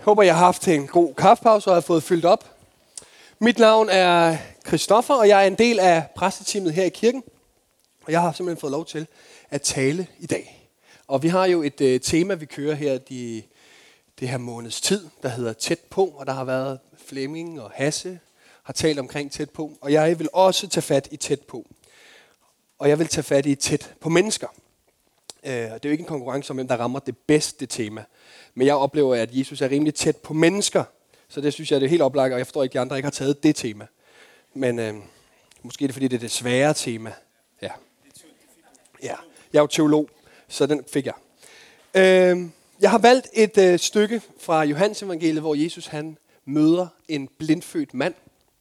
Håber, jeg har haft en god kaffepause og har fået fyldt op. Mit navn er Christoffer, og jeg er en del af præsteteamet her i kirken. Og jeg har simpelthen fået lov til at tale i dag. Og vi har jo et tema, vi kører her det her måneds tid, der hedder Tæt på. Og der har været Flemming og Hasse, har talt omkring tæt på. Og jeg vil også tage fat i tæt på. Og jeg vil tage fat i tæt på mennesker. Det er jo ikke en konkurrence om, hvem der rammer det bedste tema. Men jeg oplever, at Jesus er rimelig tæt på mennesker. Så det synes jeg, det er helt oplagt, og jeg forstår ikke, at de andre ikke har taget det tema. Men måske er det, fordi det er det svære tema. Ja. Jeg er jo teolog, så den fik jeg. Jeg har valgt et stykke fra Johannes evangeliet, hvor Jesus han møder en blindfødt mand.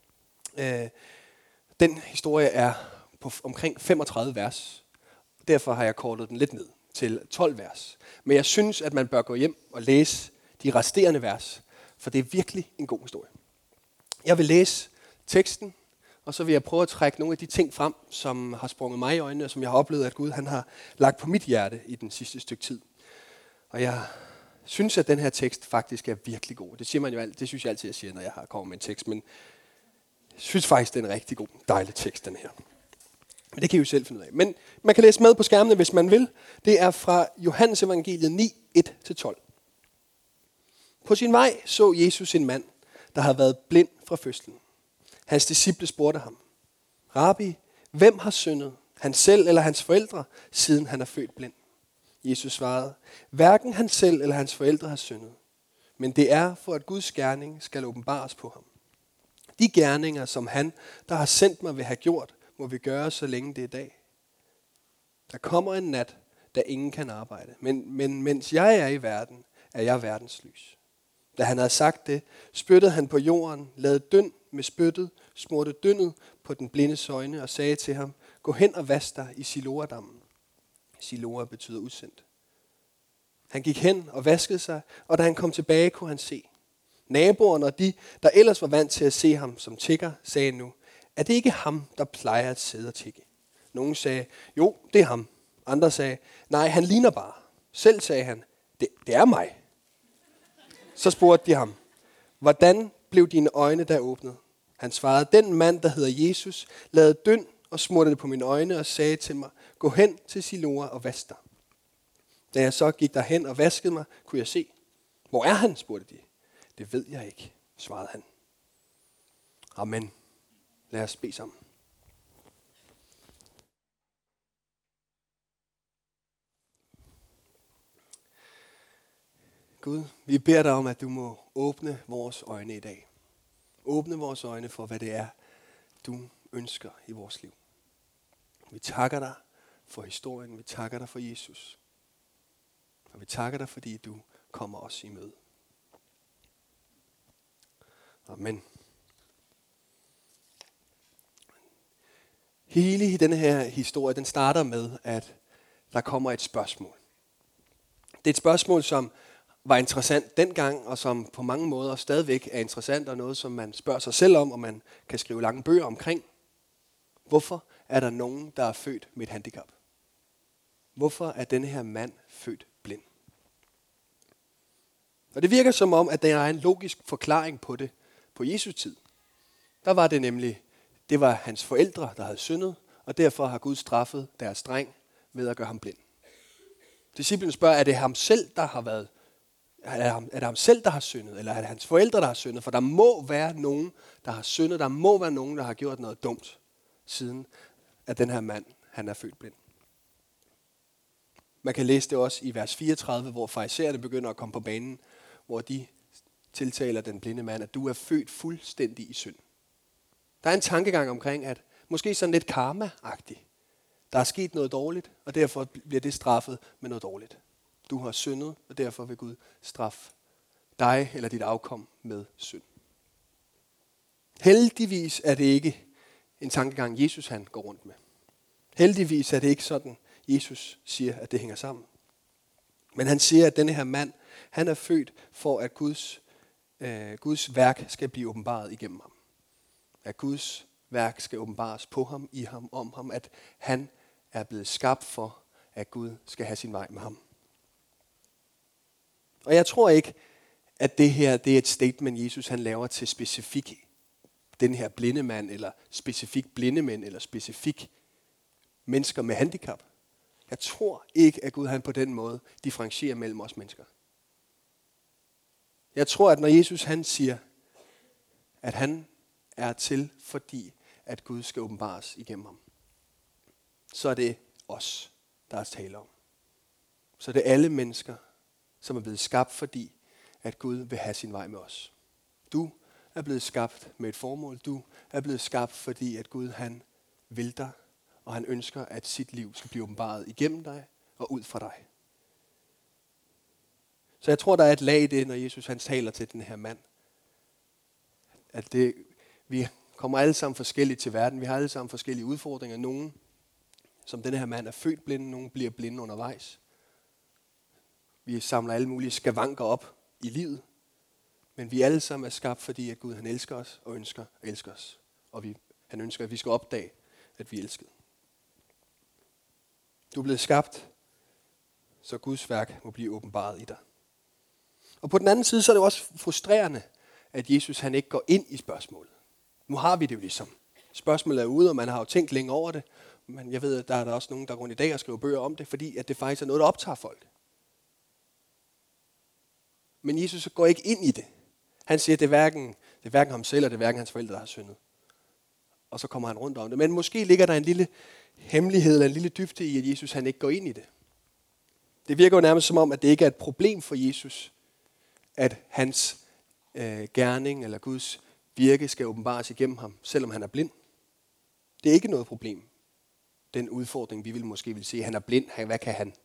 Den historie er på omkring 35 vers. Derfor har jeg kortet den lidt ned til 12 vers. Men jeg synes, at man bør gå hjem og læse de resterende vers, for det er virkelig en god historie. Jeg vil læse teksten, og så vil jeg prøve at trække nogle af de ting frem, som har sprunget mig i øjnene, og som jeg har oplevet, at Gud han har lagt på mit hjerte i den sidste stykke tid. Og jeg synes, at den her tekst faktisk er virkelig god. Det siger man jo altid, det synes jeg altid, jeg siger, når jeg har kommet med en tekst, men jeg synes faktisk, det er en rigtig god, dejlig tekst, den her. Men det kan I jo selv finde ud af. Men man kan læse med på skærmene, hvis man vil. Det er fra Johannes evangeliet 9, 1-12. På sin vej så Jesus en mand, der havde været blind fra fødslen. Hans disciple spurgte ham: Rabbi, hvem har syndet? Han selv eller hans forældre, siden han er født blind? Jesus svarede: Hverken han selv eller hans forældre har syndet. Men det er for, at Guds gerning skal åbenbares på ham. De gerninger, som han, der har sendt mig, vil have gjort, må vi gøre, så længe det er dag. Der kommer en nat, da ingen kan arbejde. Men mens jeg er i verden, er jeg verdens lys. Da han havde sagt det, spyttede han på jorden, lavede dynd med spyttet, smurte dyndet på den blindes øjne og sagde til ham: Gå hen og vask dig i Siloadammen. Siloa betyder udsendt. Han gik hen og vaskede sig, og da han kom tilbage, kunne han se. Naboerne og de, der ellers var vant til at se ham som tigger, sagde nu: Er det ikke ham, der plejer at sidde og tigge? Nogle sagde: Jo, det er ham. Andre sagde: Nej, han ligner bare. Selv sagde han: Det er mig. Så spurgte de ham: Hvordan blev dine øjne da åbnet? Han svarede: Den mand, der hedder Jesus, lavede dynd og smurte det på mine øjne og sagde til mig: Gå hen til Siloa og vask dig. Da jeg så gik derhen og vaskede mig, kunne jeg se. Hvor er han? Spurgte de. Det ved jeg ikke, svarede han. Amen. Lad os bede sammen. Gud, vi beder dig om, at du må åbne vores øjne i dag. Åbne vores øjne for, hvad det er, du ønsker i vores liv. Vi takker dig for historien. Vi takker dig for Jesus. Og vi takker dig, fordi du kommer os i møde. Amen. Hele denne her historie, den starter med, at der kommer et spørgsmål. Det er et spørgsmål, som var interessant dengang, og som på mange måder stadigvæk er interessant, og noget, som man spørger sig selv om, og man kan skrive lange bøger omkring. Hvorfor er der nogen, der er født med et handicap? Hvorfor er denne her mand født blind? Og det virker som om, at der er en logisk forklaring på det på Jesu tid. Der var det nemlig, det var hans forældre, der havde syndet, og derfor har Gud straffet deres dreng ved at gøre ham blind. Disciplen spørger, er det ham selv, der har været, er det ham selv, der har syndet, eller er det hans forældre, der har syndet? For der må være nogen, der har syndet, der må være nogen, der har gjort noget dumt, siden at den her mand, han er født blind. Man kan læse det også i vers 34, hvor farisæerne begynder at komme på banen, hvor de tiltaler den blinde mand, at du er født fuldstændig i synd. Der er en tankegang omkring, at måske sådan lidt karma-agtigt. Der er sket noget dårligt, og derfor bliver det straffet med noget dårligt. Du har syndet, og derfor vil Gud straffe dig eller dit afkom med synd. Heldigvis er det ikke en tankegang, Jesus han går rundt med. Heldigvis er det ikke sådan, Jesus siger, at det hænger sammen. Men han siger, at denne her mand, han er født for, at Guds værk skal blive åbenbaret igennem ham. At Guds værk skal åbenbares på ham, i ham, om ham. At han er blevet skabt for, at Gud skal have sin vej med ham. Og jeg tror ikke, at det her det er et statement, Jesus han laver til specifik den her blinde mand, eller specifik blinde mænd, eller specifik mennesker med handicap. Jeg tror ikke, at Gud han på den måde differentierer mellem os mennesker. Jeg tror, at når Jesus han siger, at han er til, fordi at Gud skal åbenbares igennem ham, så er det os, der er tale om. Så er det alle mennesker, som er blevet skabt, fordi at Gud vil have sin vej med os. Du er blevet skabt med et formål. Du er blevet skabt, fordi at Gud han vil dig, og han ønsker, at sit liv skal blive åbenbaret igennem dig og ud fra dig. Så jeg tror, der er et lag i det, når Jesus han taler til den her mand. At vi kommer alle sammen forskelligt til verden. Vi har alle sammen forskellige udfordringer. Nogen, som den her mand, er født blinde. Nogen bliver blinde undervejs. Vi samler alle mulige skavanker op i livet. Men vi alle sammen er skabt, fordi at Gud han elsker os og ønsker at elske os. Og han ønsker, at vi skal opdage, at vi er elskede. Du er blevet skabt, så Guds værk må blive åbenbaret i dig. Og på den anden side, så er det også frustrerende, at Jesus han ikke går ind i spørgsmålet. Nu har vi det jo ligesom. Spørgsmålet er ude, og man har jo tænkt længe over det. Men jeg ved, at der er også nogen, der går rundt i dag og skriver bøger om det, fordi at det faktisk er noget, der optager folk. Men Jesus går ikke ind i det. Han siger, at det er hverken ham selv, og det er hverken hans forældre, der har syndet. Og så kommer han rundt om det. Men måske ligger der en lille hemmelighed, eller en lille dybde i, at Jesus han ikke går ind i det. Det virker jo nærmest som om, at det ikke er et problem for Jesus, at hans gerning eller Guds virke skal åbenbares igennem ham, selvom han er blind. Det er ikke noget problem. Den udfordring, vi måske vil se, han er blind, hvad kan han?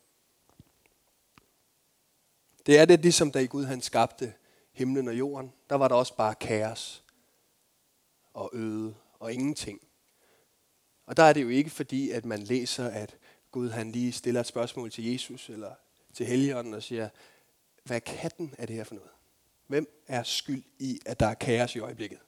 Det er det ligesom, da i Gud han skabte himlen og jorden. Der var der også bare kaos og øde og ingenting. Og der er det jo ikke fordi, at man læser, at Gud han lige stiller et spørgsmål til Jesus eller til Helligånden og siger, hvad katten er det her for noget? Hvem er skyld i, at der er kaos i øjeblikket?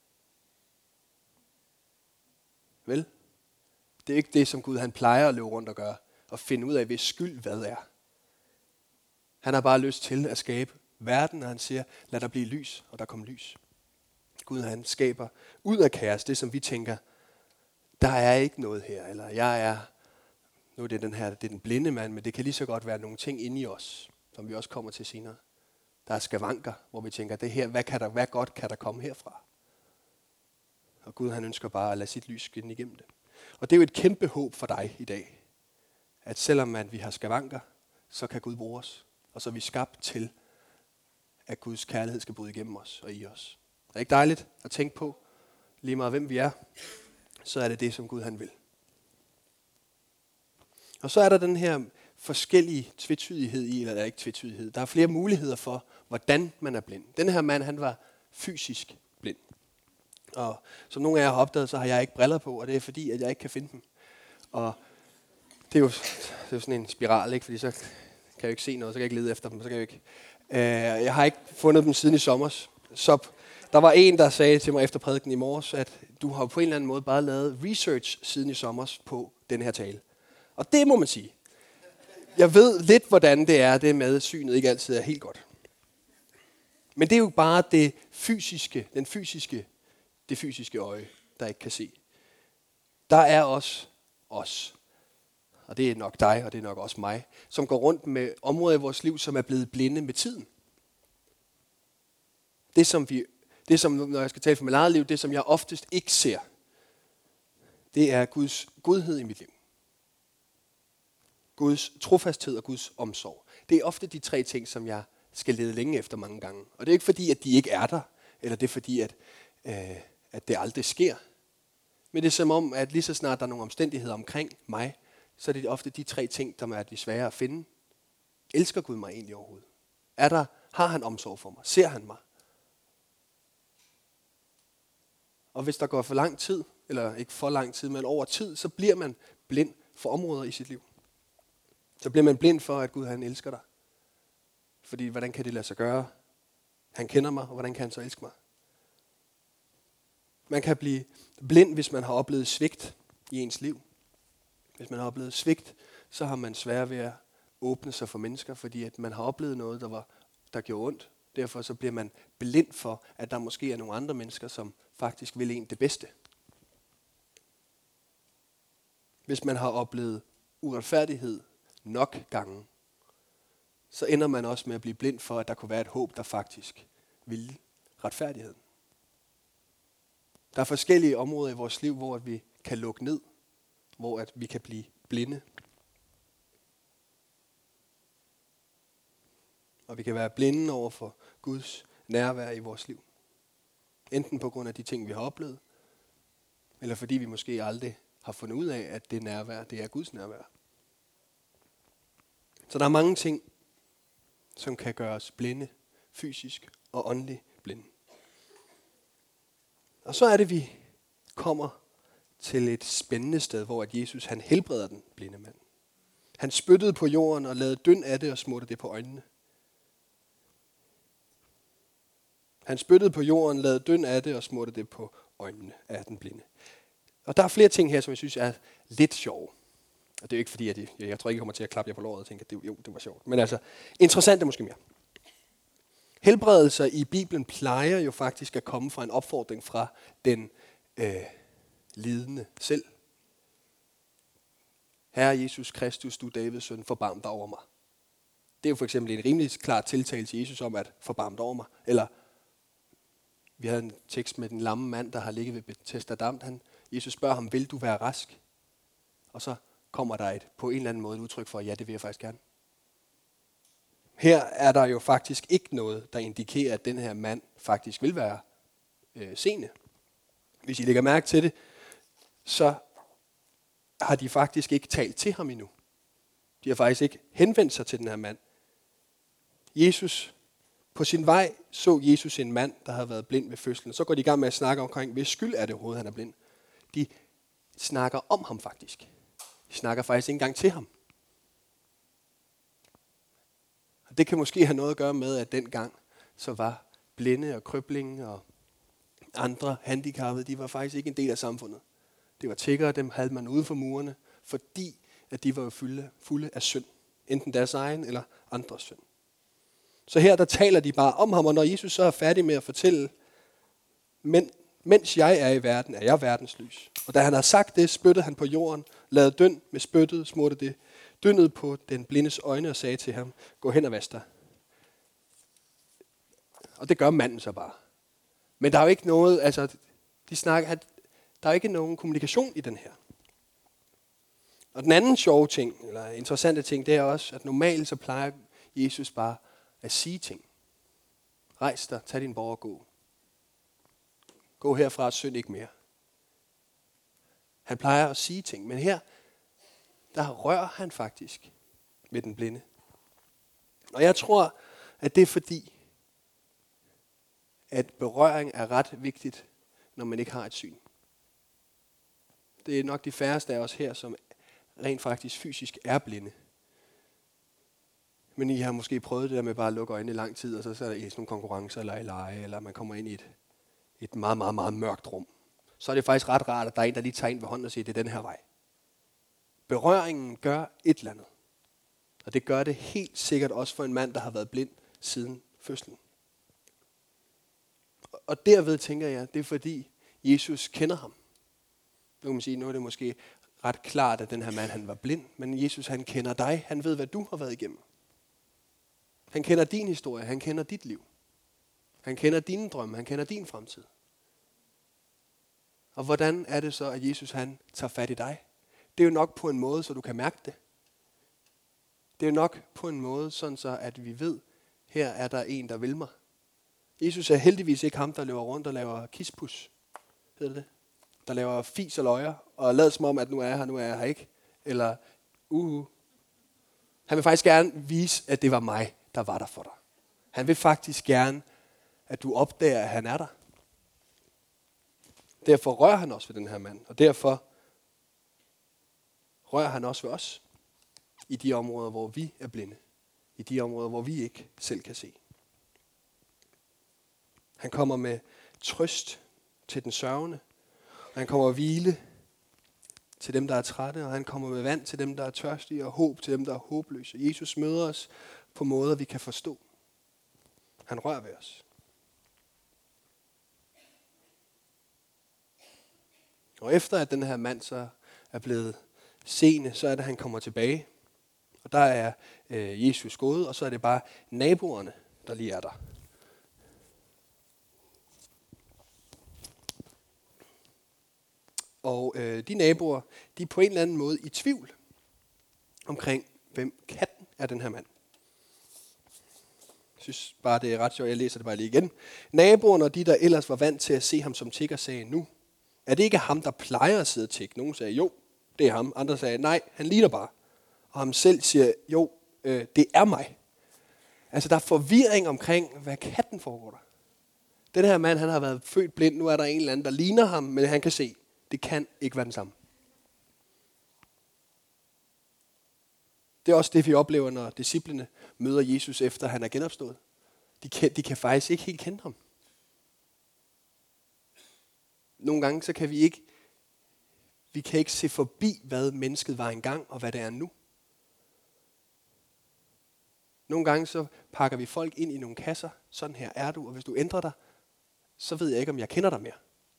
Vel? Det er ikke det, som Gud han plejer at løbe rundt og gøre, og finde ud af, hvis skyld hvad er. Han har bare lyst til at skabe verden, og han siger, lad der blive lys, og der kommer lys. Gud han skaber ud af kaos, det som vi tænker, der er ikke noget her, eller nu er det det er den blinde mand, men det kan lige så godt være nogle ting inde i os, som vi også kommer til senere. Der er skavanker, hvor vi tænker, det her, hvad godt kan der komme herfra? Og Gud han ønsker bare at lade sit lys skinne igennem det. Og det er jo et kæmpe håb for dig i dag, at selvom vi har skavanker, så kan Gud bruge os. Og så er vi skabt til, at Guds kærlighed skal bryde igennem os og i os. Er det ikke dejligt at tænke på, lige meget hvem vi er, så er det det, som Gud han vil. Og så er der den her forskellige tvetydighed i, eller der er ikke tvetydighed. Der er flere muligheder for, hvordan man er blind. Den her mand, han var fysisk blind. Og som nogle af jer har opdaget, så har jeg ikke briller på, og det er fordi, at jeg ikke kan finde dem. Og det er jo sådan en spiral, ikke? Fordi så kan jeg jo ikke se noget, så kan jeg ikke lede efter dem, så kan jeg ikke. Jeg har ikke fundet dem siden i sommer. Så der var en, der sagde til mig efter prædiken i morges, at du har på en eller anden måde bare lavet research siden i sommer på den her tale. Og det må man sige. Jeg ved lidt, hvordan det er, det med synet ikke altid er helt godt. Men det er jo bare det fysiske øje, der ikke kan se. Der er også os, og det er nok dig, og det er nok også mig, som går rundt med områder i vores liv, som er blevet blinde med tiden. Det som, når jeg skal tale for mit eget liv, det som jeg oftest ikke ser, det er Guds godhed i mit liv. Guds trofasthed og Guds omsorg. Det er ofte de tre ting, som jeg skal lede længe efter mange gange. Og det er ikke fordi, at de ikke er der, eller det er fordi, at det aldrig sker. Men det er som om, at lige så snart der er nogle omstændigheder omkring mig, så er det ofte de tre ting, der er de svære at finde. Elsker Gud mig egentlig overhovedet? Har han omsorg for mig? Ser han mig? Og hvis der går for lang tid, eller ikke for lang tid, men over tid, så bliver man blind for områder i sit liv. Så bliver man blind for, at Gud han elsker dig. Fordi hvordan kan det lade sig gøre? Han kender mig, og hvordan kan han så elske mig? Man kan blive blind, hvis man har oplevet svigt i ens liv. Hvis man har oplevet svigt, så har man svært ved at åbne sig for mennesker, fordi at man har oplevet noget, der gjorde ondt, Derfor så bliver man blind for, at der måske er nogle andre mennesker, som faktisk vil en det bedste. Hvis man har oplevet uretfærdighed nok gange, så ender man også med at blive blind for, at der kunne være et håb, der faktisk vil retfærdigheden. Der er forskellige områder i vores liv, hvor vi kan lukke ned, hvor at vi kan blive blinde. Og vi kan være blinde over for Guds nærvær i vores liv. Enten på grund af de ting, vi har oplevet, eller fordi vi måske aldrig har fundet ud af, at det nærvær, det er Guds nærvær. Så der er mange ting, som kan gøre os blinde, fysisk og åndelig blinde. Og så er det, vi kommer til et spændende sted, hvor at Jesus han helbreder den blinde mand. Han spyttede på jorden og lavede døn af det og smurte det på øjnene. Han spyttede på jorden, lavede døn af det og smurte det på øjnene af den blinde. Og der er flere ting her, som jeg synes er lidt sjove. Og det er jo ikke fordi, at jeg tror ikke, jeg kommer til at klappe jer på låret og tænke, at det var sjovt. Men altså, interessant er måske mere. Helbredelser i Bibelen plejer jo faktisk at komme fra en opfordring fra den lidende selv. Herre Jesus Kristus, du Davids søn, forbarm dig over mig. Det er jo for eksempel en rimelig klar tiltale til Jesus om at forbarme dig over mig. Eller vi havde en tekst med den lamme mand, der har ligget ved Bethesda Dam. Jesus spørger ham, vil du være rask? Og så kommer der på en eller anden måde et udtryk for, ja, det vil jeg faktisk gerne. Her er der jo faktisk ikke noget, der indikerer, at den her mand faktisk vil være seende. Hvis I lægger mærke til det, så har de faktisk ikke talt til ham endnu. De har faktisk ikke henvendt sig til den her mand. På sin vej så Jesus en mand, der havde været blind ved fødslen. Så går de i gang med at snakke omkring, hvis skyld er det overhovedet, han er blind. De snakker om ham faktisk. De snakker faktisk ikke engang til ham. Og det kan måske have noget at gøre med, at dengang så var blinde og krøblinge og andre handicappede, de var faktisk ikke en del af samfundet. Det var tiggere, dem havde man ude for murene, fordi at de var jo fulde af synd. Enten deres egen eller andres synd. Så her der taler de bare om ham, og når Jesus så er færdig med at fortælle, mens jeg er i verden, er jeg verdens lys. Og da han har sagt det, spyttede han på jorden, lavede døn med spyttet, smurte det, dynnede på den blindes øjne og sagde til ham, gå hen og vask dig. Og det gør manden så bare. Men der er jo ikke noget, der er ikke nogen kommunikation i den her. Og den anden sjove ting, eller interessante ting, det er også, at normalt så plejer Jesus bare at sige ting. Rejs dig, tag din borg og gå. Gå herfra og synd ikke mere. Han plejer at sige ting, men her, der rører han faktisk ved den blinde. Og jeg tror, at det er fordi, at berøring er ret vigtigt, når man ikke har et syn. Det er nok de færreste af os her, som rent faktisk fysisk er blinde. Men I har måske prøvet det der med bare at lukke øjnene i lang tid, og så er der sådan nogle konkurrencer eller i lege, eller man kommer ind i et meget, meget, meget mørkt rum. Så er det faktisk ret rart, at der er en, der lige tager ind ved hånden og siger, det er den her vej. Berøringen gør et eller andet. Og det gør det helt sikkert også for en mand, der har været blind siden fødslen. Og derved tænker jeg, det er fordi Jesus kender ham. Nu kan man sige, nu er det måske ret klart, at den her mand han var blind, men Jesus han kender dig. Han ved, hvad du har været igennem. Han kender din historie, han kender dit liv. Han kender dine drømme, han kender din fremtid. Og hvordan er det så, at Jesus han tager fat i dig? Det er jo nok på en måde, så du kan mærke det. Det er jo nok på en måde, sådan så at vi ved, her er der en, der vil mig. Jesus er heldigvis ikke ham, der løber rundt og laver kispus. Hedder det? Der laver fis og løjer, og lader som om, at nu er jeg her ikke. Eller Han vil faktisk gerne vise, at det var mig, der var der for dig. Han vil faktisk gerne, at du opdager, at han er der. Derfor rører han også ved den her mand, og derfor rører han også ved os. I de områder, hvor vi er blinde. I de områder, hvor vi ikke selv kan se. Han kommer med trøst til den sørgende. Og han kommer at hvile til dem, der er trætte. Og han kommer med vand til dem, der er tørstige. Og håb til dem, der er håbløse. Jesus møder os på måder, vi kan forstå. Han rører ved os. Og efter at den her mand så er blevet seende, så er det, at han kommer tilbage. Og der er Jesus gået, og så er det bare naboerne, der lige er der. Og de naboer, de er på en eller anden måde i tvivl omkring, hvem katten er den her mand. Jeg synes bare, det er ret sjovt. Jeg læser det bare lige igen. Naboerne og de, der ellers var vant til at se ham som tigger, sagde nu, er det ikke ham, der plejer at sidde og tigge? Nogen sagde, jo, det er ham. Andre sagde, nej, han ligner bare. Og ham selv siger, jo, det er mig. Altså, der er forvirring omkring, hvad katten foregår der. Den her mand, han har været født blind. Nu er der en eller anden, der ligner ham, men han kan se, det kan ikke være den samme. Det er også det, vi oplever, når disciplene møder Jesus, efter han er genopstået. De kan faktisk ikke helt kende ham. Nogle gange så kan vi ikke se forbi, hvad mennesket var engang, og hvad det er nu. Nogle gange så pakker vi folk ind i nogle kasser. Sådan her er du, og hvis du ændrer dig, så ved jeg ikke, om jeg kender dig mere.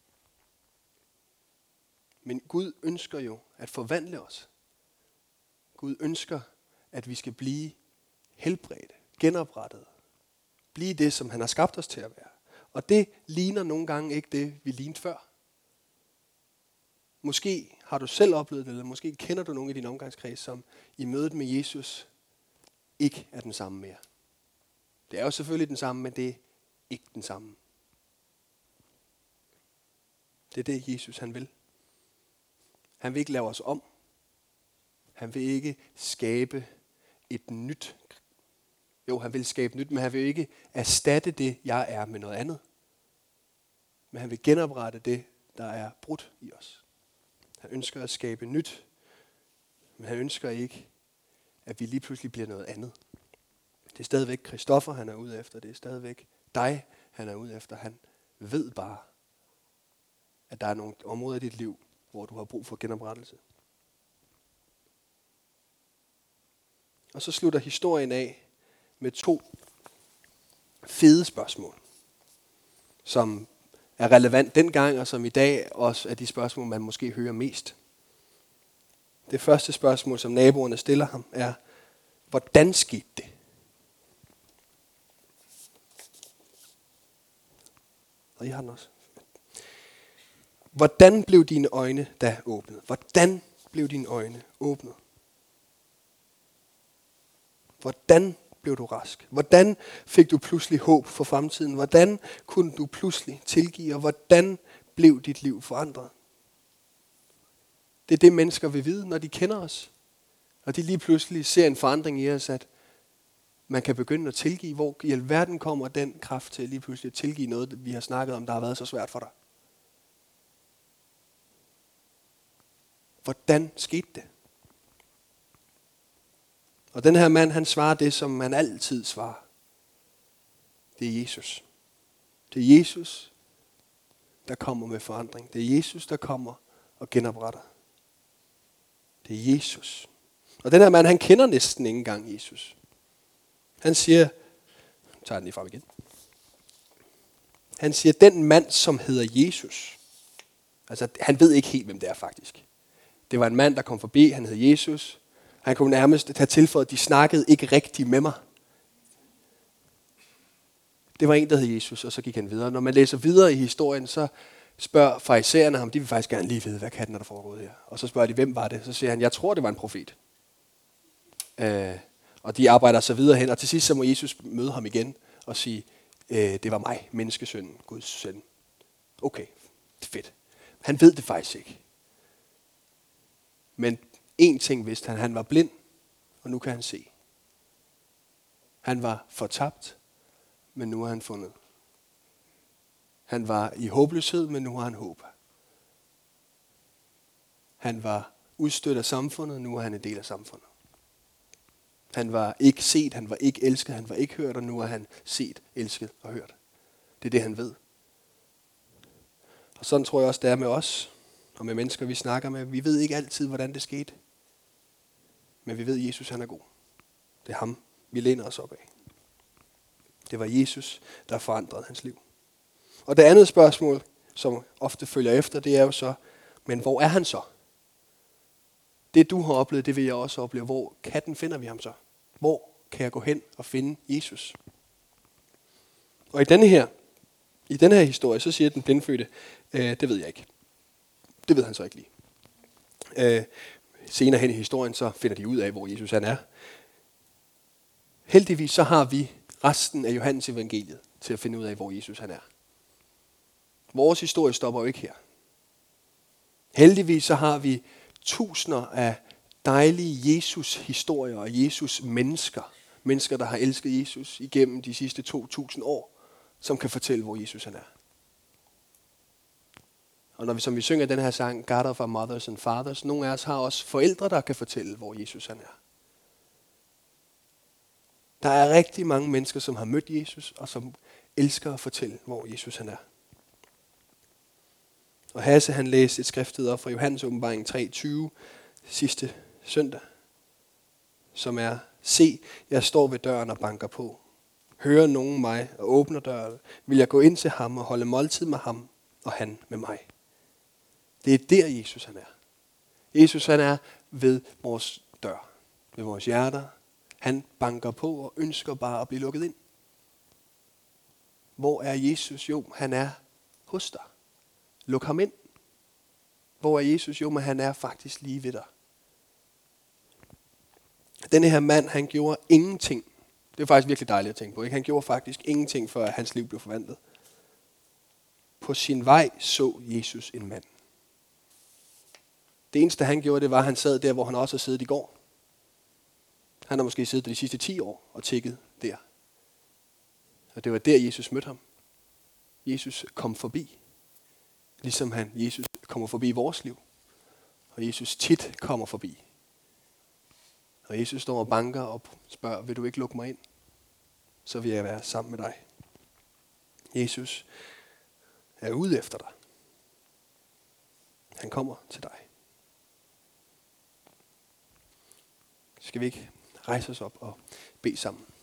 Men Gud ønsker jo at forvandle os. Gud ønsker, at vi skal blive helbredte, genoprettet. Blive det, som han har skabt os til at være. Og det ligner nogle gange ikke det, vi lignede før. Måske har du selv oplevet det, eller måske kender du nogen i din omgangskreds, som i mødet med Jesus ikke er den samme mere. Det er jo selvfølgelig den samme, men det er ikke den samme. Det er det, Jesus han vil. Han vil ikke lave os om. Han vil ikke skabe et nyt. Jo, han vil skabe nyt, men han vil ikke erstatte det, jeg er, med noget andet. Men han vil genoprette det, der er brudt i os. Han ønsker at skabe nyt, men han ønsker ikke, at vi lige pludselig bliver noget andet. Det er stadigvæk Christoffer, han er ude efter. Det er stadigvæk dig, han er ude efter. Han ved bare, at der er nogle områder i dit liv, hvor du har brug for genoprettelse. Og så slutter historien af med 2 fede spørgsmål, som er relevant dengang, og som i dag også er de spørgsmål, man måske hører mest. Det første spørgsmål, som naboerne stiller ham, er, hvordan skete det? Og I har den også. Hvordan blev dine øjne da åbnet? Hvordan blev dine øjne åbnet? Hvordan blev du rask? Hvordan fik du pludselig håb for fremtiden? Hvordan kunne du pludselig tilgive? Og hvordan blev dit liv forandret? Det er det, mennesker vil vide, når de kender os. Og de lige pludselig ser en forandring i os, at man kan begynde at tilgive. Hvor i alverden kommer den kraft til lige pludselig at tilgive noget, vi har snakket om, der har været så svært for dig? Hvordan skete det? Og den her mand, han svarer det, som man altid svarer. Det er Jesus. Det er Jesus, der kommer med forandring. Det er Jesus, der kommer og genopretter. Det er Jesus. Og den her mand, han kender næsten ikke engang Jesus. Han siger, jeg tager den lige frem igen. Han siger, den mand, som hedder Jesus. Altså, han ved ikke helt, hvem det er faktisk. Det var en mand, der kom forbi, han hed Jesus. Han kunne nærmest have tilføjet, at de snakkede ikke rigtigt med mig. Det var en, der hed Jesus, og så gik han videre. Når man læser videre i historien, så spørger farisæerne ham, de vil faktisk gerne lige vide, hvad katten er der foregået her. Og så spørger de, hvem var det? Så siger han, jeg tror, det var en profet. Og de arbejder så videre hen, og til sidst så må Jesus møde ham igen og sige, det var mig, menneskesønnen, Guds søn. Okay, det er fedt. Han ved det faktisk ikke. Men en ting vidste han, han var blind, og nu kan han se. Han var fortabt, men nu er han fundet. Han var i håbløshed, men nu har han håb. Han var udstødt af samfundet, nu er han en del af samfundet. Han var ikke set, han var ikke elsket, han var ikke hørt, og nu er han set, elsket og hørt. Det er det, han ved. Og sådan tror jeg også, det er med os, og med mennesker, vi snakker med. Vi ved ikke altid, hvordan det skete. Men vi ved, at Jesus han er god. Det er ham, vi læner os op af. Det var Jesus, der forandrede hans liv. Og det andet spørgsmål, som ofte følger efter, det er jo så, men hvor er han så? Det du har oplevet, det vil jeg også opleve. Hvor katten finder vi ham så? Hvor kan jeg gå hen og finde Jesus? Og i denne her historie, så siger den blindfødte, det ved jeg ikke. Det ved han så ikke lige. Senere hen i historien, så finder de ud af, hvor Jesus han er. Heldigvis så har vi resten af Johannes evangeliet til at finde ud af, hvor Jesus han er. Vores historie stopper jo ikke her. Heldigvis så har vi tusinder af dejlige Jesus-historier og Jesus-mennesker. Mennesker, der har elsket Jesus igennem de sidste 2000 år, som kan fortælle, hvor Jesus han er. Og når vi, som vi synger den her sang, God of our mothers and fathers, nogle af os har også forældre, der kan fortælle, hvor Jesus han er. Der er rigtig mange mennesker, som har mødt Jesus, og som elsker at fortælle, hvor Jesus han er. Og Hasse han læste et skriftet op fra Johannes åbenbaring 3:20 sidste søndag, som er: Se, jeg står ved døren og banker på. Hører nogen mig og åbner døren, vil jeg gå ind til ham og holde måltid med ham, og han med mig. Det er der Jesus han er. Jesus han er ved vores dør, ved vores hjerter. Han banker på og ønsker bare at blive lukket ind. Hvor er Jesus? Jo, han er hos dig. Luk ham ind. Hvor er Jesus? Jo, men han er faktisk lige ved dig. Denne her mand, han gjorde ingenting. Det er faktisk virkelig dejligt at tænke på, ikke? Han gjorde faktisk ingenting, før hans liv blev forvandlet. På sin vej så Jesus en mand. Det eneste han gjorde, det var, at han sad der, hvor han også har siddet i går. Han har måske siddet de sidste 10 år og tækket der. Og det var der, Jesus mødte ham. Jesus kom forbi. Ligesom Jesus kommer forbi i vores liv. Og Jesus tit kommer forbi. Og Jesus står og banker og spørger, vil du ikke lukke mig ind? Så vil jeg være sammen med dig. Jesus er ude efter dig. Han kommer til dig. Skal vi ikke rejse os op og bede sammen?